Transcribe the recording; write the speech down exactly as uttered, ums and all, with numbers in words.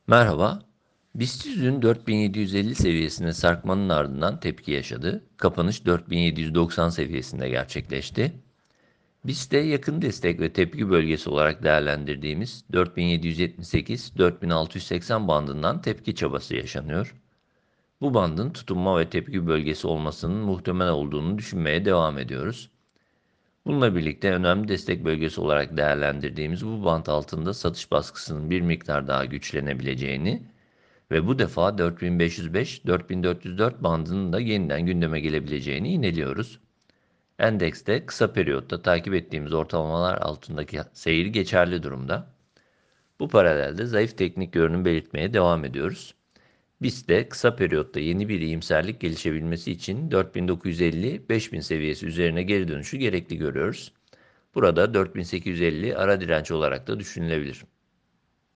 Merhaba. BIST yüzün dört bin yedi yüz elli seviyesine sarkmanın ardından tepki yaşadı. Kapanış dört bin yedi yüz doksan seviyesinde gerçekleşti. BIST'te yakın destek ve tepki bölgesi olarak değerlendirdiğimiz dört bin yedi yüz yetmiş sekiz dört bin altı yüz seksen bandından tepki çabası yaşanıyor. Bu bandın tutunma ve tepki bölgesi olmasının muhtemel olduğunu düşünmeye devam ediyoruz. Bununla birlikte önemli destek bölgesi olarak değerlendirdiğimiz bu band altında satış baskısının bir miktar daha güçlenebileceğini ve bu defa dört bin beş yüz beş dört bin dört yüz dört bandının da yeniden gündeme gelebileceğini ineliyoruz. Endekste kısa periyotta takip ettiğimiz ortalamalar altındaki seyir geçerli durumda. Bu paralelde zayıf teknik görünüm belirtmeye devam ediyoruz. Biz de kısa periyotta yeni bir iyimserlik gelişebilmesi için dört bin dokuz yüz elli beş bin seviyesi üzerine geri dönüşü gerekli görüyoruz. Burada dört bin sekiz yüz elli ara direnç olarak da düşünülebilir.